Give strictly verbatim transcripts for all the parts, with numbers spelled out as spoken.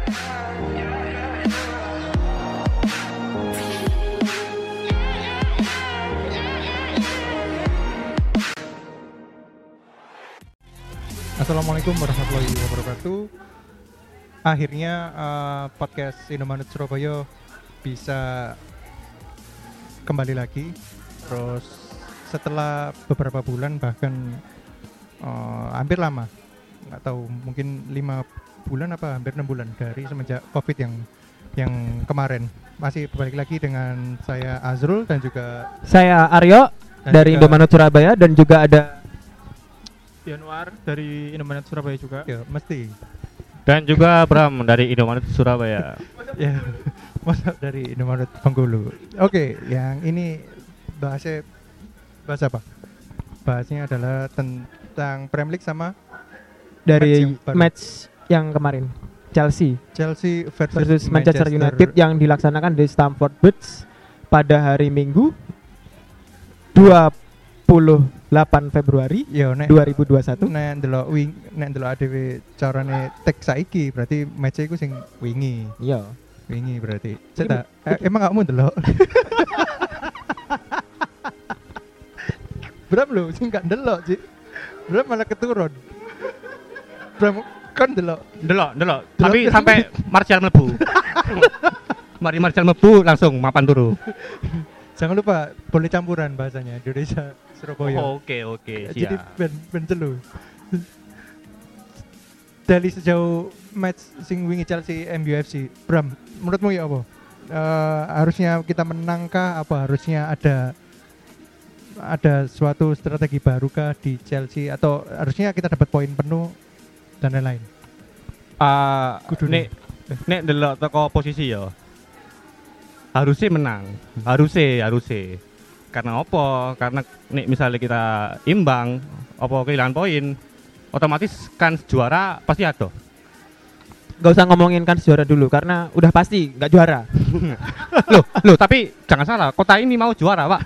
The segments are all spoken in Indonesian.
Assalamualaikum warahmatullahi wabarakatuh. Akhirnya uh, podcast Indomaret Surabaya bisa kembali lagi. Terus setelah beberapa bulan bahkan uh, hampir lama, nggak tahu mungkin lima bulan apa hampir enam bulan dari semenjak COVID yang yang kemarin. Masih balik lagi dengan saya Azrul dan juga saya Aryo dari Indomaret Surabaya dan juga ada Januar dari Indomaret Surabaya juga. ya mesti Dan juga Bram dari Indomaret Surabaya. ya masa dari Indomaret Bengkulu. Oke, yang ini bahasnya bahas apa? Bahasnya adalah tentang Premier League sama dari match yang baru. match yang kemarin Chelsea Chelsea versus, versus Manchester, Manchester United yang dilaksanakan di Stamford Bridge pada hari Minggu dua puluh delapan Februari Yo, nek, dua ribu dua puluh satu. Nek ndelok wing nek ndelok A D W carane tek saiki berarti match iku sing wingi. Iya. Wingi berarti. Cetak. Eh, emang kamu ndelok? Bram lho sing gak ndelok, Cik. Bram malah keturun. Bram kan ndelok. Delok, delok. Tapi sampai Martial mlebu. Mari Martial mlebu langsung mapan turu. Jangan lupa boleh campuran bahasanya Indonesia Surabaya. Oh, oke oke, Jadi siap. ben ben telu. Dari sejauh match sing wingi Chelsea M U F C, Bram, menurutmu ya apa? Uh, harusnya kita menangkah apa harusnya ada ada suatu strategi barukah di Chelsea atau harusnya kita dapat poin penuh dan lain-lain? Ah, Kudu nek nek delok teko posisi ya. Harusnya menang. Harusnya, harusnya. Karena apa? Karena nek misalnya kita imbang apa kehilangan poin, otomatis kan juara pasti ada. Gak usah ngomongin kan juara dulu karena udah pasti nggak juara. loh, loh tapi jangan salah, kota ini mau juara, Pak.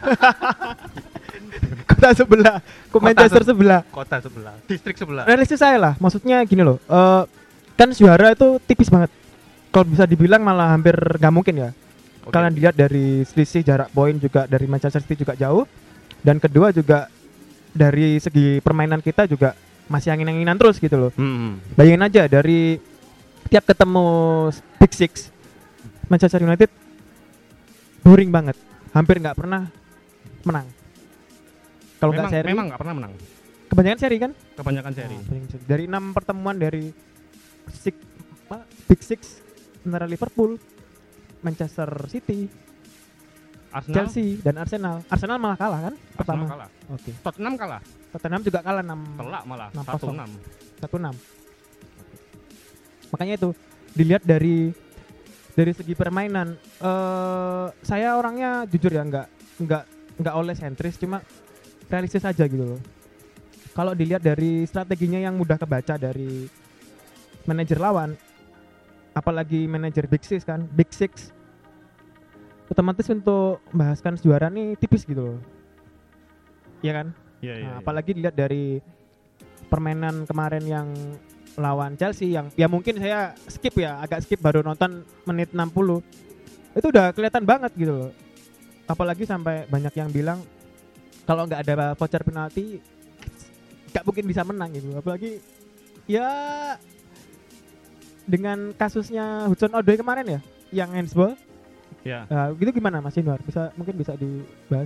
Kota sebelah, ke Kota Manchester se- sebelah. Kota sebelah, distrik sebelah. Realistis saya lah, maksudnya gini loh. Uh, kan juara itu tipis banget. Kalau bisa dibilang malah hampir nggak mungkin ya. Oke. Kalian dilihat dari selisih jarak poin juga dari Manchester City juga jauh. Dan kedua juga dari segi permainan kita juga masih angin-anginan terus gitu loh. Hmm. Bayangin aja dari tiap ketemu Big Six Manchester United boring banget, hampir nggak pernah menang. Kalau nggak Memang seri, memang nggak pernah menang. kebanyakan seri kan? Kebanyakan seri. Oh, paling seri. Dari enam pertemuan dari six, apa, Big Six antara Liverpool, Manchester City, Arsenal, Chelsea dan Arsenal. Arsenal malah kalah kan? Pertama. Arsenal kalah. Oke. Tottenham kalah. Tottenham juga kalah enam Telak malah enam satu kosong. enam. satu enam. Makanya itu dilihat dari dari segi permainan. Eh saya orangnya jujur ya nggak nggak nggak oleh sentris, cuma realistis aja gitu loh. Kalau dilihat dari strateginya yang mudah kebaca dari manajer lawan, apalagi manajer Big Six kan, Big Six, otomatis untuk membahaskan juara nih tipis gitu loh. Iya kan? Iya iya. Nah, apalagi dilihat dari permainan kemarin yang lawan Chelsea yang ya mungkin saya skip ya, agak skip baru nonton menit enam puluh. Itu udah kelihatan banget gitu loh. Apalagi sampai banyak yang bilang kalau nggak ada voucher penalti nggak mungkin bisa menang gitu. Apalagi ya dengan kasusnya Hudson Odoi kemarin ya, yang handsball. Iya. Nah, gitu gimana Mas Inwar? Bisa mungkin bisa dibahas.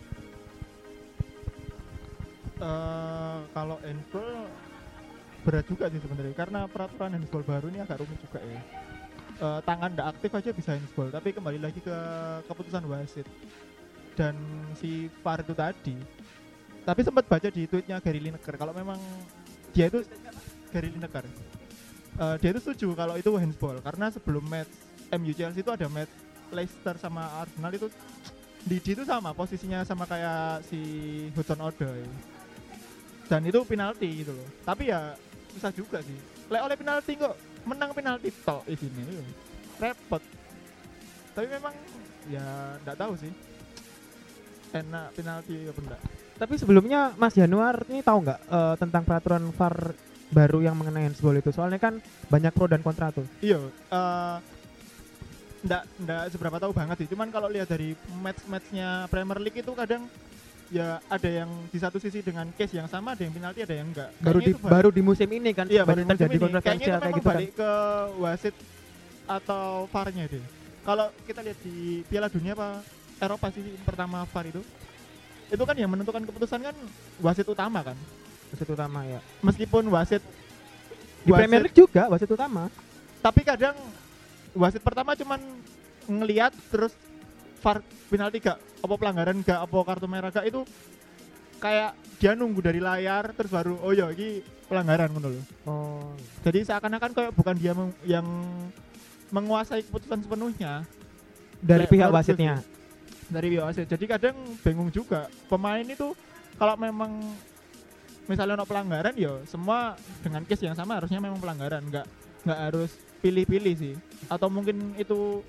Uh, kalau handball berat juga sih sebenarnya karena peraturan handball baru ini agak rumit juga ya. Uh, tangan tidak aktif aja bisa handball, tapi kembali lagi ke keputusan wasit dan si V A R itu tadi. Tapi sempat baca di tweetnya Gary Lineker kalau memang dia itu Gary Lineker, uh, dia itu setuju kalau itu handball karena sebelum match M U Chelsea itu ada match Leicester sama Arsenal itu Didi itu sama posisinya sama kayak si Hudson Odoi. Dan itu penalti gitu loh. Tapi ya susah juga sih. Lek oleh penalti kok menang penalti tok di sini. Repot. Tapi memang ya enggak tahu sih. Enak penalti apa enggak. Tapi sebelumnya Mas Januar ini tahu nggak uh, tentang peraturan V A R baru yang mengenai handsball itu? Soalnya kan banyak pro dan kontra tuh. Iya, eh ndak ndak seberapa tahu banget sih. Cuman kalau lihat dari match-matchnya Premier League itu kadang ya ada yang di satu sisi dengan case yang sama, ada yang penalti, ada yang enggak. Baru di Kayaknya itu baru di musim ini kan iya, banyak baru terjadi musim ini. kontroversial Kayaknya itu kayak memang gitu kan. balik ke wasit atau V A R-nya deh. Kalau kita lihat di Piala Dunia apa Eropa sih pertama V A R itu, itu kan yang menentukan keputusan kan wasit utama kan. Wasit utama ya. Meskipun wasit Di Premier League juga wasit utama. tapi kadang wasit pertama cuman ngelihat terus V A R penalti gak, apa pelanggaran gak, apa kartu merah gak, itu kayak dia nunggu dari layar terus baru oh ya ini pelanggaran ngono lho. Oh. Jadi seakan-akan kayak bukan dia meng- yang menguasai keputusan sepenuhnya Dari Kayak pihak baru wasitnya. dari pihak wasit. Jadi kadang bingung juga pemain itu kalau memang misalnya ono pelanggaran ya semua dengan case yang sama harusnya memang pelanggaran, nggak nggak harus pilih-pilih sih. Atau mungkin itu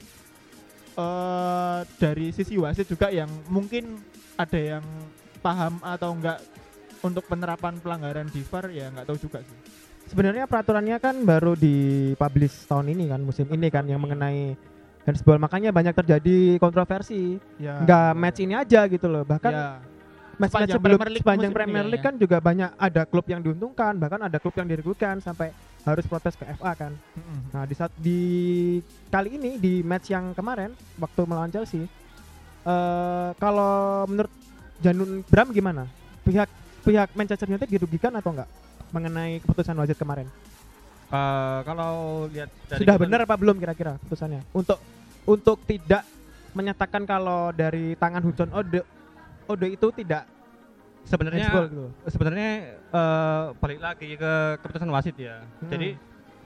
eh dari sisi wasit juga yang mungkin ada yang paham atau enggak untuk penerapan pelanggaran di V A R, ya nggak tahu juga sih. Sebenarnya peraturannya kan baru dipublish tahun ini kan, musim ini kan, yang mengenai handsball, makanya banyak terjadi kontroversi. Ya, Nggak ya. match ini aja gitu loh, bahkan Ya. match-match Sepanjang sebelum Premier League sepanjang musim ini Premier League kayaknya. kan juga banyak, ada klub yang diuntungkan, bahkan ada klub yang dirugikan sampai harus protes ke F A kan. Mm-mm. Nah di saat di kali ini di match yang kemarin waktu melawan Chelsea, eh kalau menurut Janun Bram gimana? Pihak pihak Manchester United dirugikan atau enggak mengenai keputusan wasit kemarin? Eh, kalau lihat dari Sudah keputusan- benar apa belum kira-kira keputusannya? Untuk untuk tidak menyatakan kalau dari tangan Hudson Odoi Odoi itu tidak sebenarnya handsball gitu. sebenarnya eh, balik lagi ke keputusan wasit ya. Hmm. Jadi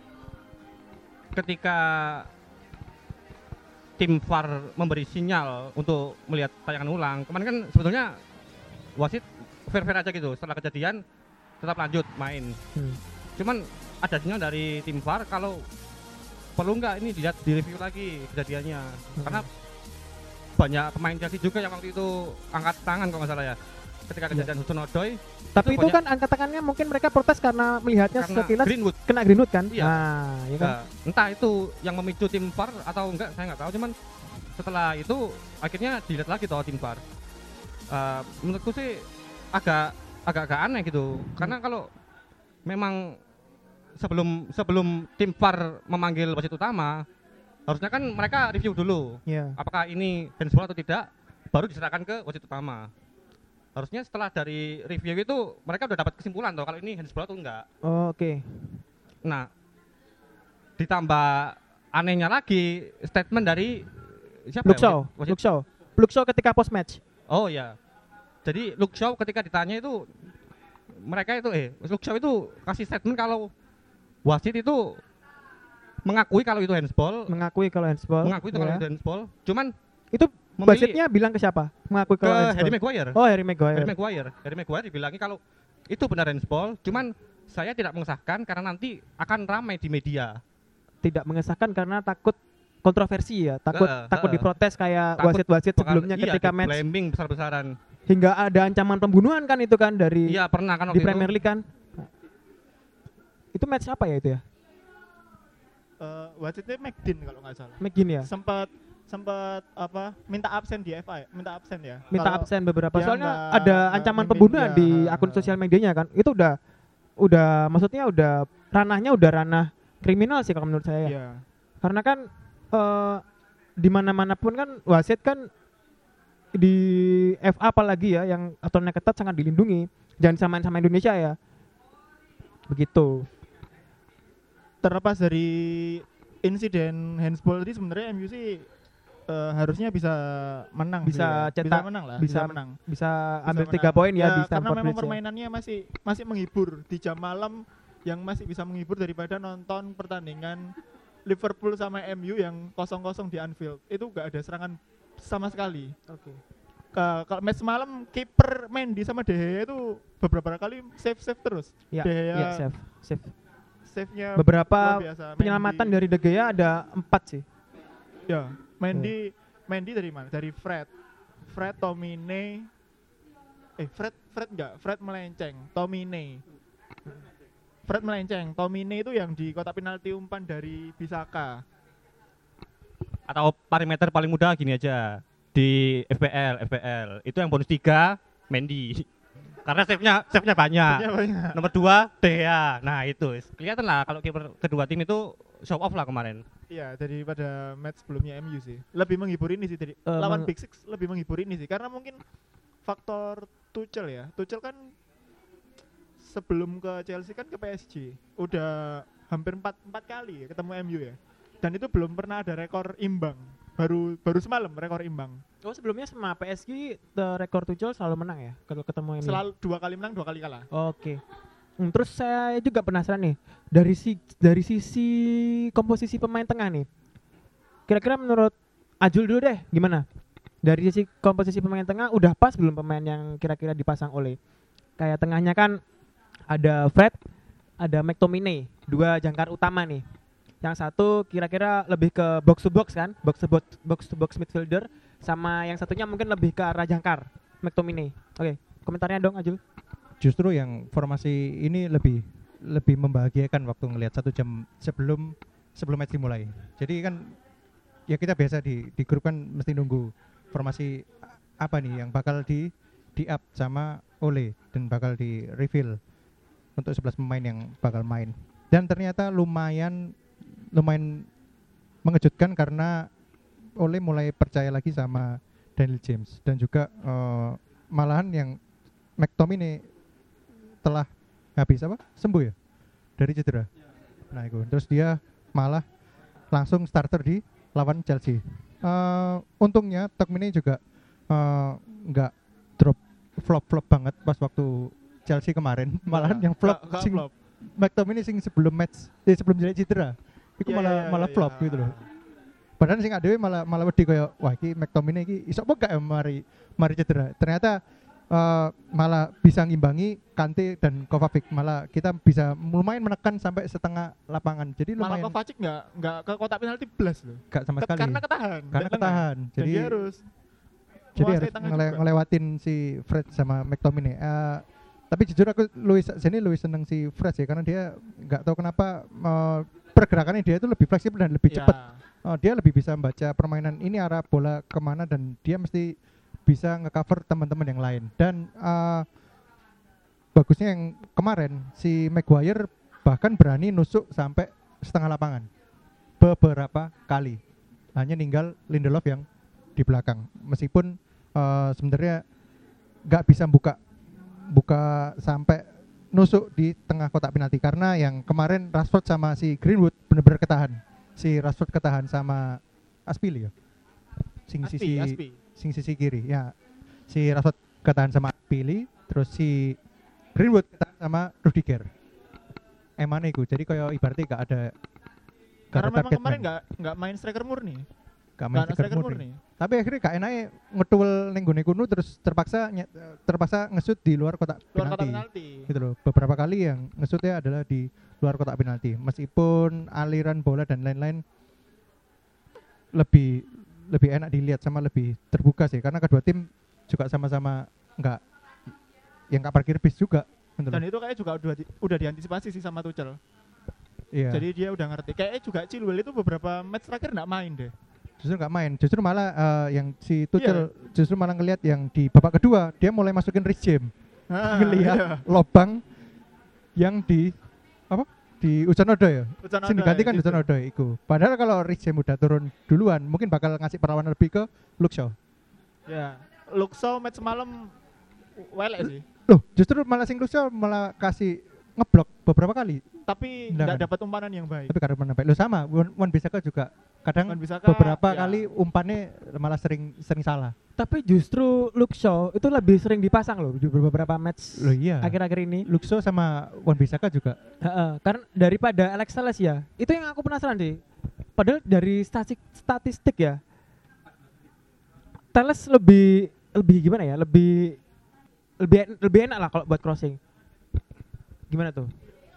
ketika tim V A R memberi sinyal untuk melihat tayangan ulang, kemarin kan sebetulnya wasit fair-fair aja gitu. Setelah kejadian tetap lanjut main. Hmm. Cuman ada sinyal dari tim V A R kalau perlu nggak ini dilihat di review lagi kejadiannya. Hmm. Karena banyak pemain Chelsea juga yang waktu itu angkat tangan kalau nggak salah ya. Ketika kejadian Hudson Odoi, Tapi itu itu, banyak- kan angkat tangannya mungkin mereka protes karena melihatnya karena sekilas Greenwood. kena Greenwood kan? Iya. Nah, ya kan. Nah, entah itu yang memicu tim V A R atau enggak, saya nggak tahu. Cuman setelah itu akhirnya dilihat lagi toh tim V A R. Uh, menurutku sih agak agak-agak aneh gitu. Karena kalau memang sebelum sebelum tim V A R memanggil wasit utama, harusnya kan mereka review dulu Iya. apakah ini handsball atau tidak, baru diserahkan ke wasit utama. Harusnya setelah dari review itu mereka udah dapat kesimpulan toh kalau ini handsball atau enggak. Oh, oke. Nah, ditambah anehnya lagi statement dari siapa Luke Shaw, ya? Wasit- Luke Shaw. Luke Shaw ketika post match. Oh ya. Jadi Luke Shaw ketika ditanya itu mereka itu eh Luke Shaw itu kasih statement kalau wasit itu mengakui kalau itu handsball, Mengakui kalau handsball. mengakui itu kalau ya. itu handsball. Cuman Itu memilih wasitnya bilang ke siapa? Mengakui ke kalau Harry handsball. Maguire. Oh, Harry Maguire. Harry Maguire. Harry Maguire dibilangi kalau itu benar handsball, cuman saya tidak mengesahkan karena nanti akan ramai di media. Tidak mengesahkan karena takut kontroversi ya, takut Heeh, takut heeh. diprotes kayak Takut wasit-wasit Bakal- sebelumnya iya, ketika match di-blaming besar-besaran. hingga ada ancaman pembunuhan kan itu kan dari Iya, pernah kan di waktu Premier itu. League kan. Itu match apa ya itu ya? Eh, wasitnya McDean kalau nggak salah. McGinn ya? Sempat sempat apa minta absen di F A ya? Minta absen ya. Minta Kalau absen beberapa. dia Soalnya nggak- ada nggak ancaman mimpin, pembunuhan ya, di ha, akun ha. sosial medianya kan. Itu udah udah maksudnya udah ranahnya udah ranah kriminal sih kalau menurut saya. Iya. Karena kan eh di mana-mana pun kan wasit kan di F A apalagi ya yang aturannya ketat sangat dilindungi. Jangan samain sama Indonesia ya. Begitu. Terlepas dari insiden handsball tadi sebenarnya M U sih eh, harusnya bisa menang sih Bisa ya. cetak, bisa menang lah, bisa, bisa menang. Bisa Bisa ambil menang. tiga poin ya, di karena Stamford memang Bridge ya. permainannya masih masih menghibur di jam malam yang masih bisa menghibur daripada nonton pertandingan Liverpool sama M U yang kosong kosong di Anfield. Itu gak ada serangan sama sekali. Oke. Ke- kalau match malam kiper Mendy sama De Gea itu beberapa kali save save terus. Ya, De Gea ya, save, save. save-nya Beberapa luar biasa. penyelamatan Mendy. dari De Gea ada empat sih. Ya, Mendy Mendy dari mana? Dari Fred. Fred Tomine. Eh, Fred Fred enggak, Fred melenceng. Tomine. Fred melenceng, Tomine itu yang di kotak penalti umpan dari Bisaka. Atau parameter paling mudah gini aja. Di F P L, F P L itu yang bonus tiga Mendy. Karena save-nya save-nya banyak. Save-nya banyak. Nomor dua De Gea. Nah, itu kelihatan lah kalau kiper kedua tim itu show off lah kemarin. Iya, daripada match sebelumnya M U sih. Lebih menghibur ini sih tadi. Uh, Lawan meng- Big Six lebih menghibur ini sih karena mungkin faktor Tuchel ya. Tuchel kan sebelum ke Chelsea kan ke P S G. Udah hampir empat kali ya ketemu M U ya. Dan itu belum pernah ada rekor imbang. Baru baru semalam rekor imbang. Oh sebelumnya sama P S G the rekor Tuchel selalu menang ya kalau ketemu M U. Selalu dua kali menang, dua kali kalah. Oke. Hmm, terus saya juga penasaran nih dari si dari sisi komposisi pemain tengah nih. Kira-kira menurut Ajul dulu deh gimana? Dari sisi komposisi pemain tengah udah pas belum pemain yang kira-kira dipasang oleh? Kayak tengahnya kan ada Fred, ada McTominay, dua jangkar utama nih. Yang satu kira-kira lebih ke box to box kan, box to box, box to box midfielder, sama yang satunya mungkin lebih ke arah jangkar, McTominay. Oke, komentarnya dong Ajul. Justru yang formasi ini lebih lebih membahagiakan waktu ngelihat satu jam sebelum sebelum match dimulai. Jadi kan ya kita biasa di di grup kan mesti nunggu formasi apa nih yang bakal di di up sama Ole dan bakal di reveal untuk sebelas pemain yang bakal main. Dan ternyata lumayan lumayan mengejutkan karena Ole mulai percaya lagi sama Daniel James dan juga uh, malahan yang McTominay telah habis apa sembuh ya dari cedera. Nah itu terus dia malah langsung starter di lawan Chelsea. Uh, untungnya McTominay juga nggak uh, drop flop-flop banget pas waktu Chelsea kemarin. Malahan yang flop Gak, gak sing flop. McTominay sing sebelum match eh, sebelum jadi cedera itu Iya, malah iya, iya, malah iya. flop gitu loh. Padahal sing adewe malah malah wedi koyo wah iki McTominay iki iso apa gak ya mari mari cedera. Ternyata uh, malah bisa ngimbangi Kante dan Kovacic, malah kita bisa lumayan menekan sampai setengah lapangan. Jadi Malah lumayan Kovacic nggak nggak ke kotak penalti belas loh. gak sama Ket- sekali. Karena ketahan. Karena nggak tengah. ketahan. Dan Jadi dia harus jadi menguasai harus tengah ngele- juga. ngelewatin si Fred sama McTominay. Uh, tapi jujur aku Luis sini Luis seneng si Fred ya karena dia nggak tahu kenapa uh, pergerakannya dia itu lebih fleksibel dan lebih Ya. cepat. Uh, dia lebih bisa membaca permainan ini arah bola kemana dan dia mesti bisa ngecover teman-teman yang lain. Dan uh, bagusnya yang kemarin si Maguire bahkan berani nusuk sampai setengah lapangan beberapa kali. Hanya ninggal Lindelof yang di belakang. Meskipun uh, sebenarnya nggak bisa buka buka sampai nusuk di tengah kotak penalti karena yang kemarin Rashford sama si Greenwood benar-benar ketahan. Si Rashford ketahan sama Aspili ya. Sing Aspi, sisi Aspi. sing sisi kiri ya. Si Rashford ketahan sama Aspili, terus si Greenwood ketahan sama Rudiger. Emane iku. Jadi kayak ibaratnya gak ada gak Karena ada memang target kemarin man. nggak nggak main striker murni. Gak Nggak main ada striker striker murni. murni. Tapi akhirnya gak enake ngetul ning gone kuno terus terpaksa nye- terpaksa ngesut di luar kotak Luar kotak penalti. penalti. Gitu loh. Beberapa kali yang ngesutnya adalah di luar kotak penalti. Meskipun aliran bola dan lain-lain lebih lebih enak dilihat sama lebih terbuka sih karena kedua tim juga sama-sama enggak yang enggak parkir bis juga gitu Dan loh. itu kayak juga udah di, udah diantisipasi sih sama Tuchel. Iya. Jadi dia udah ngerti. Kayaknya juga Chilwell itu beberapa match terakhir nggak main deh. Justru nggak main, justru malah eh, yang si Tuchel justru malah ngelihat yang di babak kedua dia mulai masukin Reece James, Ah, ngelihat iya. lobang yang di apa di Ucanodo ya, Ucanodo sing digantikan ya, gitu. Ucanodo iku. Padahal kalau Reece James udah turun duluan, mungkin bakal ngasih perlawanan lebih ke Luke Shaw. Ya, Luxo match semalam welek sih. Loh, justru malah sing Luke Shaw malah kasih ngeblok beberapa kali, Tapi Tendangan. nggak dapat umpanan yang baik. tapi karena menampak. Lo sama, Wan Wan Bissaka juga kadang Wan Bissaka, beberapa ya. kali umpannya malah sering sering salah. Tapi justru Luke Shaw itu lebih sering dipasang loh di beberapa match Loh iya. akhir-akhir ini. Luke Shaw sama Wan Bissaka juga. Heeh, karena daripada Alex Telles ya. Itu yang aku penasaran sih. Padahal dari statistik statistik ya. Telles lebih lebih gimana ya? Lebih lebih en- lebih enak lah kalau buat crossing. Gimana tuh?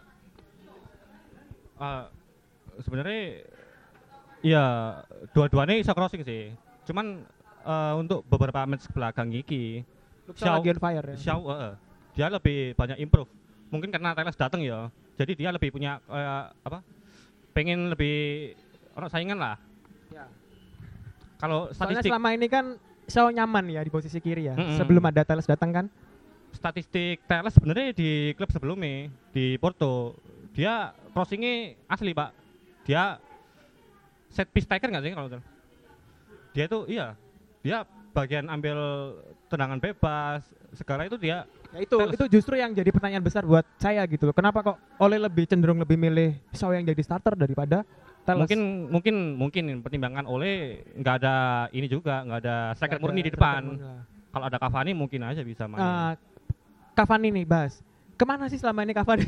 Uh, sebenarnya ya dua-duanya bisa crossing sih. Cuman uh, untuk beberapa match belakang iki Luke Shaw lagi on fire ya. Shaw uh, dia lebih banyak improve. Mungkin karena Telles datang ya. Jadi dia lebih punya eh, apa? Pengen lebih orang saingan lah. Ya. Kalau Soalnya statistik selama ini kan Shaw nyaman ya di posisi kiri ya. Mm-mm. Sebelum ada Telles datang kan. statistik Telles sebenarnya di klub sebelumnya di Porto dia crossingnya asli pak, dia set piece taker nggak sih kalau itu? Dia itu iya, dia bagian ambil tendangan bebas segala itu dia. Ya itu Telles. itu justru yang jadi pertanyaan besar buat saya gitu loh. Kenapa kok Ole lebih cenderung lebih milih Shaw yang jadi starter daripada Telles? Mungkin mungkin mungkin pertimbangan oleh nggak ada ini juga, nggak ada striker Nggak murni ada di depan. striker murni lah. Kalau ada Cavani mungkin aja bisa main. Eh, Cavani nih bahas. Kemana sih selama ini Cavani?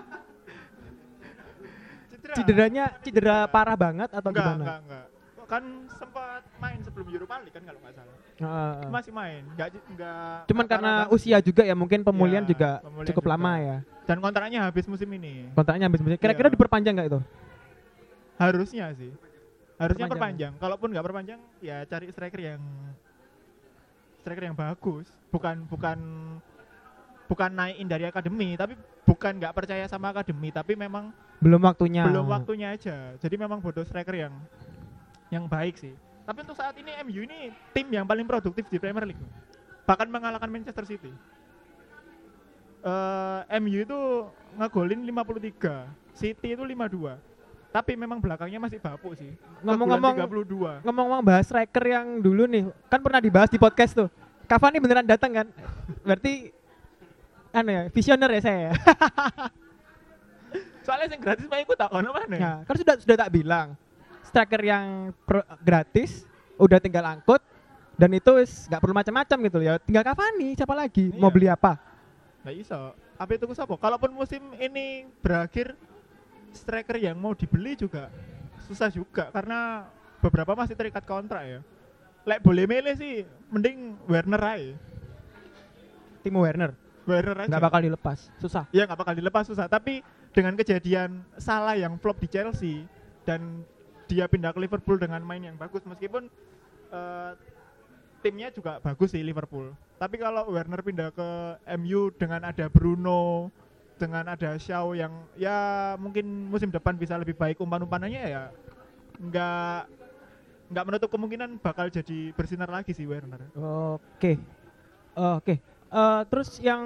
Cedera. Cederanya cedera parah banget atau enggak, gimana? enggak, enggak. Kan sempat main sebelum Europa League kan kalau nggak salah. Heeh. Masih main, enggak enggak. Cuman enggak karena parah usia juga ya mungkin pemulihan Ya, juga pemulihan cukup juga. lama ya. dan kontraknya habis musim ini. Kontraknya habis musim. Kira-kira Iya. diperpanjang nggak itu? Harusnya sih. Harusnya Perpanjang. perpanjang. Kalaupun nggak perpanjang, ya cari striker yang striker yang bagus. Bukan bukan bukan naikin dari akademi, tapi bukan nggak percaya sama akademi, tapi memang Belum waktunya. belum waktunya aja. Jadi memang butuh striker yang yang baik sih. Tapi untuk saat ini M U ini tim yang paling produktif di Premier League. Bahkan mengalahkan Manchester City. Eh, M U itu ngegolin lima puluh tiga, City itu lima puluh dua. Tapi memang belakangnya masih bapuk sih. Ngomong-ngomong tiga puluh dua. ngomong-ngomong bahas striker yang dulu nih, kan pernah dibahas di podcast tuh. Cavani beneran datang kan? Berarti anu ya, visioner ya saya. ya. Soalnya yang gratis mah ikut tak kono mana. Nah, kan sudah sudah tak bilang. Striker yang pro- gratis udah tinggal angkut dan itu nggak perlu macam-macam gitu ya. Tinggal Cavani, siapa lagi? Mau Iya. beli apa? Nggak iso. Apa itu siapa? Kalaupun musim ini berakhir, striker yang mau dibeli juga susah juga karena beberapa masih terikat kontrak ya. Lek boleh milih sih, mending Werner aja. Timo Werner Werner aja. nggak bakal dilepas, susah. Ya nggak bakal dilepas susah. Tapi dengan kejadian Salah yang flop di Chelsea dan dia pindah ke Liverpool dengan main yang bagus, meskipun eh, timnya juga bagus sih Liverpool. Tapi kalau Werner pindah ke M U dengan ada Bruno, dengan ada Shaw yang ya mungkin musim depan bisa lebih baik umpan-umpanannya ya, nggak nggak menutup kemungkinan bakal jadi bersinar lagi sih Werner. Oke, oke. Eh, terus yang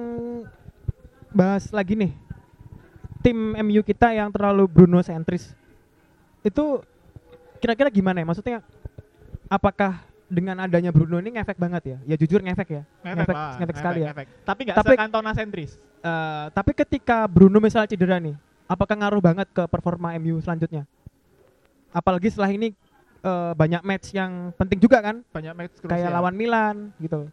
bahas lagi nih, tim M U kita yang terlalu Bruno sentris, itu kira-kira gimana ya? Maksudnya, apakah dengan adanya Bruno ini ngefek banget ya? Ya jujur ngefek ya, Ngefek, lah, ngefek sekali ya. ngefek. Tapi nggak Tapi- sekantona sentris. Eh, tapi ketika Bruno misalnya cedera nih, apakah ngaruh banget ke performa M U selanjutnya? Apalagi setelah ini eh, banyak match yang penting juga kan, Banyak match kayak krusial. lawan Milan gitu.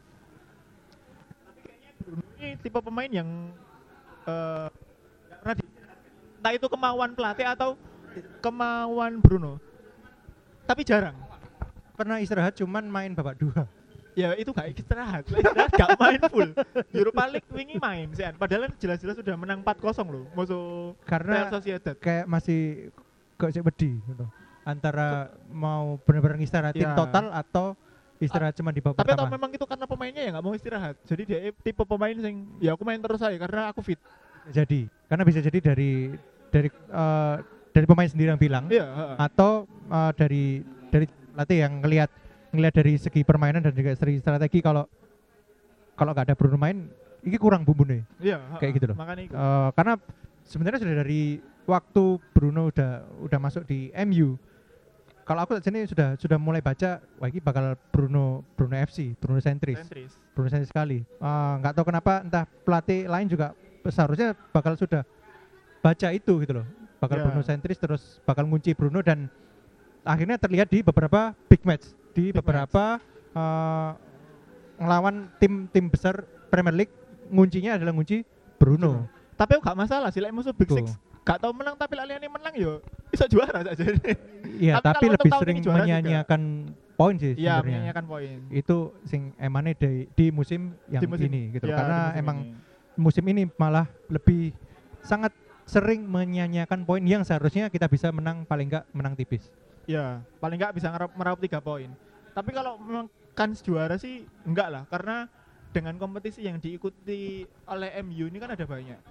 Bruno ini tipe pemain yang eh pernah di- entah itu kemauan pelatih atau kemauan Bruno, tapi jarang. Pernah istirahat cuman main babak dua. Ya itu gak istirahat, lah istirahat gak main full. Europa League wingi main sih, padahal jelas-jelas sudah menang empat kosong loh musuh Karena Real Sociedad. kayak masih kok cek wedi gitu. Antara mau benar-benar ngistirahatin Ya. total atau istirahat cuma di babak Tapi atau pertama. memang itu karena pemainnya ya nggak mau istirahat. Jadi dia tipe pemain sing ya aku main terus aja karena aku fit. Jadi karena bisa jadi dari dari eh, dari pemain sendiri yang bilang Iya, heeh. atau eh, dari dari pelatih yang ngelihat ngelihat dari segi permainan dan juga segi strategi kalau kalau nggak ada Bruno main ini kurang bumbu nih. Iya, heeh. Kayak gitu loh. Makanya itu. Eh, karena sebenarnya sudah dari waktu Bruno udah udah masuk di M U. Kalau aku sini sudah sudah mulai baca, wah ini bakal Bruno Bruno F C, Bruno sentris, Sentris. Bruno sentris sekali. Eh, Nggak tahu kenapa, entah pelatih lain juga seharusnya bakal sudah baca itu gitu loh, bakal Ya. Bruno sentris terus bakal ngunci Bruno dan akhirnya terlihat di beberapa big match, di Big beberapa eh, ngelawan tim-tim besar Premier League, nguncinya adalah ngunci Bruno. Tapi gak masalah sih, lek musuh Big Tuh. Six gak tau menang tapi laliannya menang yo bisa juara saja. Iya, Tapi tapi, kalau lebih untuk tahun sering ini juara juga. menyanyiakan poin sih Iya, sebenarnya. menyanyikan poin. Itu sing emane di, di musim yang Di musim- ini gitu. Ya, Karena di musim emang ini. musim ini malah lebih sangat sering menyanyiakan poin yang seharusnya kita bisa menang paling enggak menang tipis. ya paling nggak bisa ngeraup meraup tiga poin. Tapi kalau memang kans juara sih enggak lah, karena dengan kompetisi yang diikuti oleh M U ini kan ada banyak.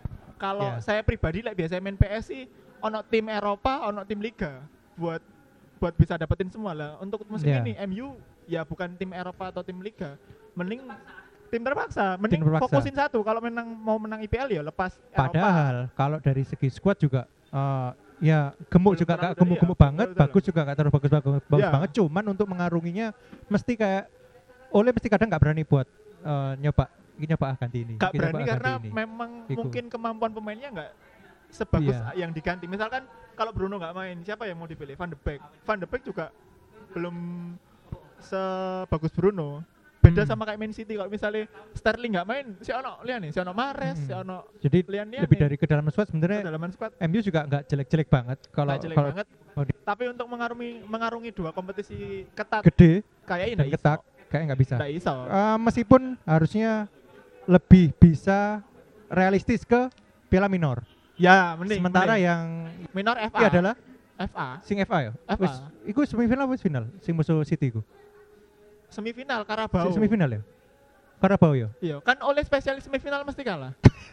kalau Yeah. saya pribadi like biasanya main P S sih ono tim Eropa, ono tim Liga buat buat bisa dapetin semua lah. Untuk musim Yeah. ini M U ya bukan tim Eropa atau tim Liga, mending tim terpaksa, mending Tim terpaksa. fokusin satu. Kalau menang mau menang I P L ya lepas Eropa. Padahal kalau dari segi squad juga eh, ya gemuk Belum juga terlalu gak gemuk-gemuk iya, banget, betul, betul. bagus juga gak terlalu bagus-bagus bagus Iya. banget. Cuman untuk mengarunginya mesti kayak Oleh mesti kadang nggak berani buat eh, nyoba ini nyoba ah, ganti ini. Gak ini berani nyoba ah, karena ganti ini. memang Iku. mungkin kemampuan pemainnya nggak sebagus Iya. yang diganti. Misalkan kalau Bruno nggak main, siapa yang mau dipilih? Van de Beek. Van de Beek juga belum sebagus Bruno. Beda Hmm. sama kayak Man City, kalau misalnya Sterling nggak main, si ono lihat nih, si ono Mahrez, Hmm. si ono Jadi lian lebih dari kedalaman squad sebenarnya kedalaman squad. M U juga nggak jelek-jelek banget kalau Nggak jelek kalau banget. mau di- Tapi untuk mengarungi mengarungi dua kompetisi ketat gede kayaknya dan nggak ketat iso. kayak nggak bisa. Nggak iso. Eh, meskipun harusnya lebih bisa realistis ke Piala Minor. Ya, mending. Sementara mending. yang minor F A. ini adalah F A. sing F A ya. F A. Wis, iku semifinal wis final sing musuh City iku. Semifinal Carabao. Si- Semifinal ya. Carabao ya. Iya, kan oleh spesialis semifinal mesti kalah.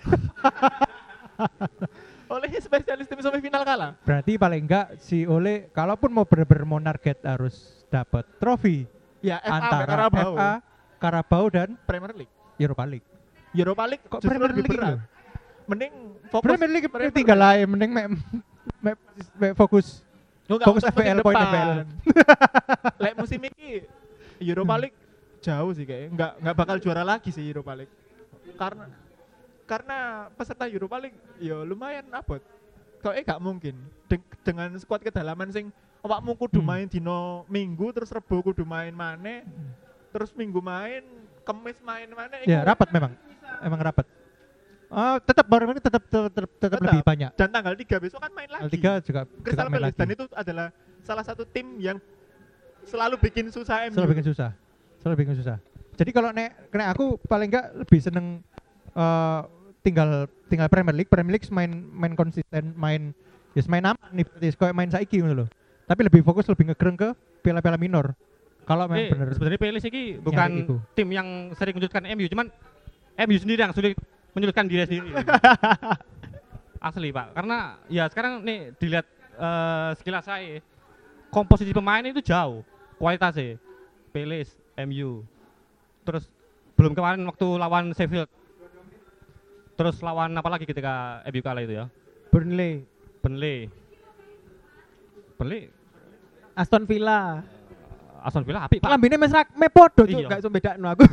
oleh spesialis tim semifinal kalah. Berarti paling enggak si Ole kalaupun mau bener-bener mau target harus dapat trofi Ya, F A antara Carabao, F A, Carabao dan Premier League. Europa League. Europa League Kok justru Premier lebih League berat. lho? Mending fokus Premier League Premier tinggal aja mending me, me, me- fokus Nggak fokus usah F P L musim poin depan. F P L. Lek musim ini Europa League jauh sih kayaknya. Nggak nggak bakal juara lagi sih Europa League. Karena karena peserta Europa League ya lumayan abot. Kok eh gak mungkin De- dengan skuad kedalaman sing awakmu kudu Hmm. main dino Minggu terus Rebo kudu main maneh. Terus Minggu main, Kemis main maneh Ya, iku- rapat memang. Emang rapat. Oh, tetap baru ini tetap tetap, tetap, tetap Tetap. lebih banyak. dan tanggal tiga besok kan main lagi. L tiga juga juga Crystal main Palace lagi. dan itu adalah salah satu tim yang selalu bikin susah M U. Selalu bikin susah. Selalu bikin susah. Jadi kalau nek nek aku paling enggak lebih seneng eh, tinggal tinggal Premier League, Premier League main main konsisten, main ya main aman nih berarti kayak main saiki ngono lho. Tapi lebih fokus lebih ngegreng ke piala-piala minor. Kalau memang Eh, bener sebenarnya P L S ini iku. bukan tim yang sering menyulitkan M U, cuman M U sendiri yang sulit menyulitkan diri sendiri. Asli Pak, karena ya sekarang nih dilihat eh, sekilas saya komposisi pemain itu jauh kualitasnya. P L S, M U, terus belum kemarin waktu lawan Sheffield, terus lawan apa lagi ketika M U kalah itu ya? Burnley, Burnley, Burnley, Aston Villa. Aston Villa apik Pak. Lambene mes rak- me podo cuk, Iya. gak iso bedakno aku.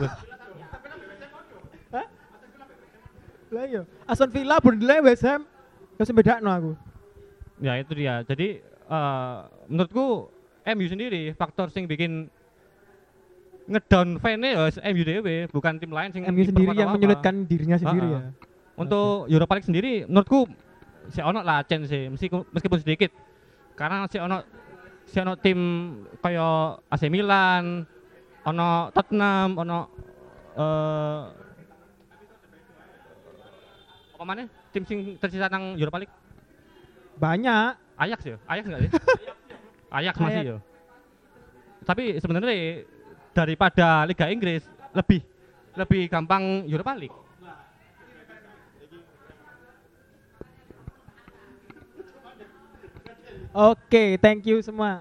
Hah? Lah iya, Aston Villa, Burnley, West Ham, gak iso bedakno aku. Ya itu dia. Jadi eh, menurutku M U sendiri faktor sing bikin ngedown fan-nya ya M U dewe, bukan tim lain sing M U sendiri diperkuat yang apa-apa. menyulitkan dirinya sendiri Ah, ya. ah. Untuk Europa League sendiri menurutku si ono lah chance sih, meskipun, meskipun sedikit. Karena si ono si ono tim kaya A C Milan, ono Tottenham, ono eh apa mana? Tim sing tersisa nang Europa League. Banyak. Ajax ya? Ajax enggak sih? Ajax masih ya. Tapi sebenarnya daripada Liga Inggris lebih lebih gampang Europa League. Oke, thank you semua.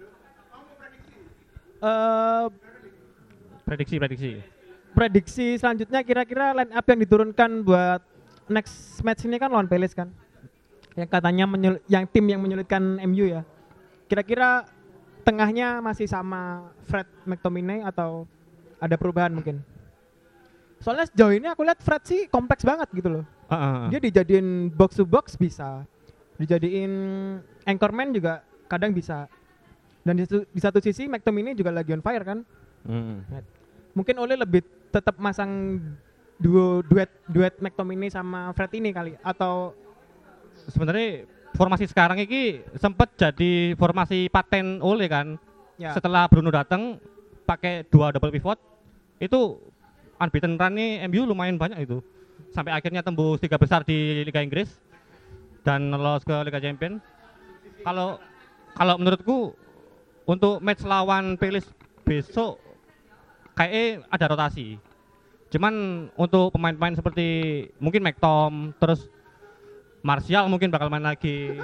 Eh Prediksi prediksi. prediksi selanjutnya kira-kira line up yang diturunkan buat next match ini kan lawan Palace kan? Yang katanya menyul- yang tim yang menyulitkan M U ya. Kira-kira tengahnya masih sama Fred McTominay atau ada perubahan mungkin? Soalnya sejauh ini aku lihat Fred sih kompleks banget gitu loh. Uh, uh, uh. Dia dijadiin box to box bisa, dijadiin anchorman juga kadang bisa. Dan di, satu- di satu sisi McTominay juga lagi on fire kan. Hmm. Mungkin Ole lebih tetap masang duo duet duet McTominay sama Fred ini kali atau Sebenarnya formasi sekarang ini sempat jadi formasi paten oleh kan. ya Setelah Bruno datang pakai dua double pivot itu unbeaten run nih M U lumayan banyak itu. Sampai akhirnya tembus tiga besar di Liga Inggris dan lolos ke Liga Champions. Kalau kalau menurutku untuk match lawan Palace besok kayaknya ada rotasi. Cuman untuk pemain-pemain seperti mungkin McTom terus Martial mungkin bakal main lagi.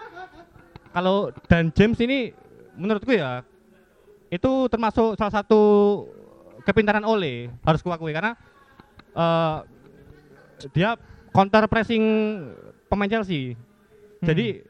Kalau dan James ini menurutku ya itu termasuk salah satu kepintaran Ole, harus kuakui karena uh, dia counter pressing pemain Chelsea. Hmm. Jadi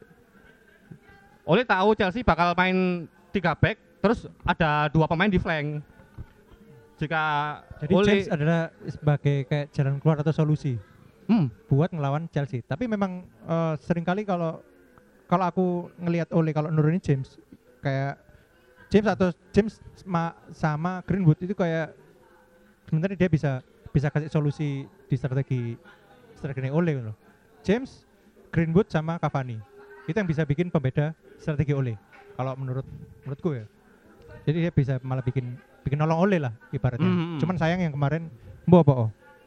Ole tahu Chelsea bakal main tiga back, terus ada dua pemain di flank. Jika jadi Ole James adalah sebagai kayak jalan keluar atau solusi hmm. buat ngelawan Chelsea. Tapi memang uh, seringkali kalau kalau aku ngelihat Ole kalau nurunin James kayak James atau James sama, sama Greenwood itu kayak sebenarnya dia bisa bisa kasih solusi di strategi strategi Ole loh. James, Greenwood sama Cavani itu yang bisa bikin pembeda strategi Ole kalau menurut menurutku ya. Jadi dia bisa malah bikin bikin nolong Ole lah ibaratnya. Mm-hmm. Cuman sayang yang kemarin mbo apa oh.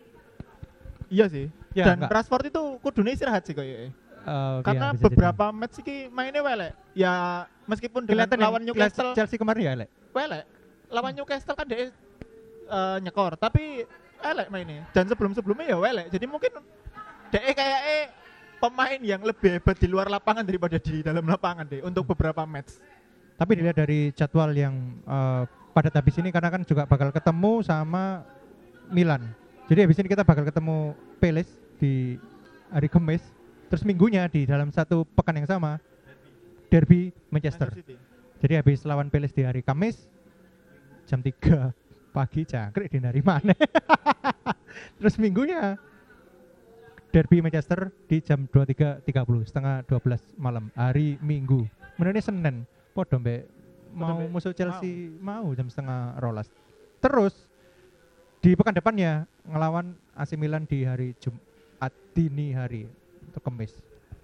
Iya sih. Ya, dan enggak. Rashford itu kudune istirahat sih kayaknya. Uh, karena iya, beberapa jadi. match iki mainnya welek. Ya meskipun dengan lawan Newcastle Chelsea kemarin ya welek. Welek. Lawan Newcastle kan dia uh, nyekor tapi welek mainnya. Dan sebelum-sebelumnya ya welek. Jadi mungkin dia kayak eh pemain yang lebih hebat di luar lapangan daripada di dalam lapangan deh untuk beberapa match. Tapi dilihat dari jadwal yang uh, padat habis ini karena kan juga bakal ketemu sama Milan. Jadi habis ini kita bakal ketemu Palace di hari Kamis. Terus minggunya di dalam satu pekan yang sama derby Manchester. Jadi habis lawan Palace di hari Kamis jam tiga pagi jangkrik di hari mana. Terus minggunya derby Manchester di jam dua puluh tiga tiga puluh setengah dua belas malam hari Minggu. Menurutnya Senin podo mbek mau musuh Chelsea mau. mau jam setengah rolas. Terus di pekan depannya ngelawan A C Milan di hari Jumat dini hari atau Kamis.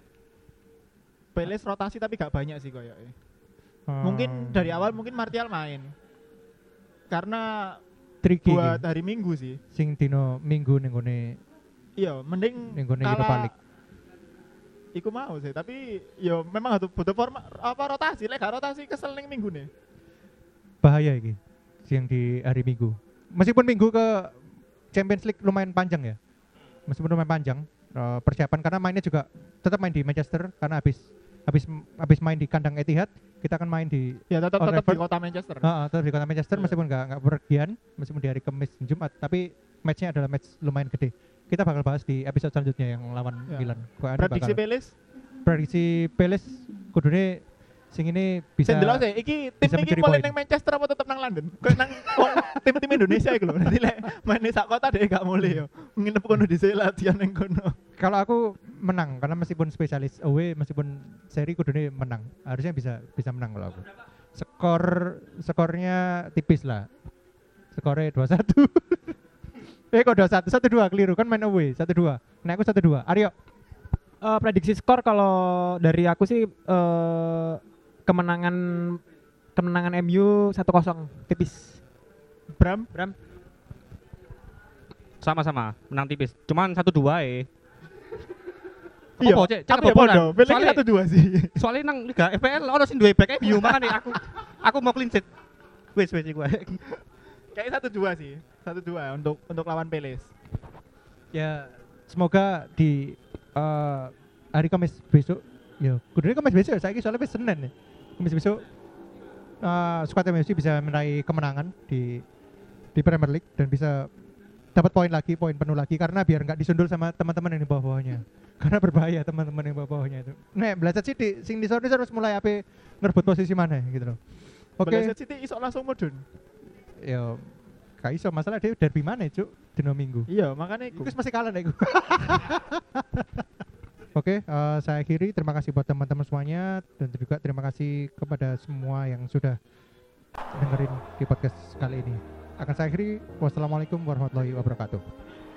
Palace rotasi tapi gak banyak sih kayaknya. Hmm. Mungkin dari awal mungkin Martial main. Karena tricky buat gitu. Hari Minggu sih. Sing dino Minggu ning gone. Iya, mending ninggone Europa League. Iku mau sih, tapi yo memang harus butuh forma apa rotasi, lek gak rotasi kesel ning Minggu nih. Bahaya iki. Siang di hari Minggu. Meskipun Minggu ke Champions League lumayan panjang ya. Meskipun lumayan panjang uh, persiapan karena mainnya juga tetap main di Manchester karena habis habis habis main di kandang Etihad, kita akan main di ya tetap tetap di kota Manchester. Heeh, uh, tetap di kota Manchester yeah. Meskipun enggak enggak berpergian, meskipun di hari Kamis Jumat, tapi matchnya adalah match lumayan gede. Kita bakal bahas di episode selanjutnya yang lawan ya. Milan. Prediksi Palace? Prediksi Palace kudune sing ini bisa Sendelok sih, iki tim iki mulai nang Manchester apa tetep nang London? Kayak nang tim-tim Indonesia iku lho. Nanti lek main sak kota dhek gak mulai yo. Nginep kono dhisik latihan ning kono. Kalau aku menang karena meskipun spesialis away meskipun seri kudune menang. Harusnya bisa bisa menang kalau aku. Skor skornya tipis lah. Skornya dua satu. Eh kok dua satu, satu dua keliru kan main away, satu dua. Nah aku satu dua. Aryo. Uh, prediksi skor kalau dari aku sih uh, kemenangan kemenangan M U satu kosong tipis. Bram, Bram. Sama-sama, menang tipis. Cuman satu dua eh. Iya, apa cek? Cara bobolan. Soalnya satu dua sih. Soalnya nang Liga F P L ono sing duwe back M U makane aku aku mau clean sheet. Wis wis iku ae. Kayak satu dua sih. satu dua untuk untuk lawan Palace. Ya, semoga di uh, hari Kamis besok. Ya, kudune Kamis besok ya, saiki soalnya wis Senin ya. Kamis besok uh, skuad M U bisa meraih kemenangan di di Premier League dan bisa dapat poin lagi, poin penuh lagi karena biar enggak disundul sama teman-teman yang di bawah-bawahnya. Karena berbahaya teman-teman yang bawah-bawahnya itu. Nek belajar City sing disor harus mulai ape ngerebut posisi mana gitu loh. Oke. Okay. Belajar City iso langsung mudun. Ya gak iso, masalah dia derby mana Cuk dino Minggu. Iya, makanya iku. Iku masih kalah nek iku. Oke, okay, uh, saya akhiri. Terima kasih buat teman-teman semuanya dan juga terima kasih kepada semua yang sudah dengerin di podcast kali ini. Akan saya akhiri. Wassalamualaikum warahmatullahi wabarakatuh.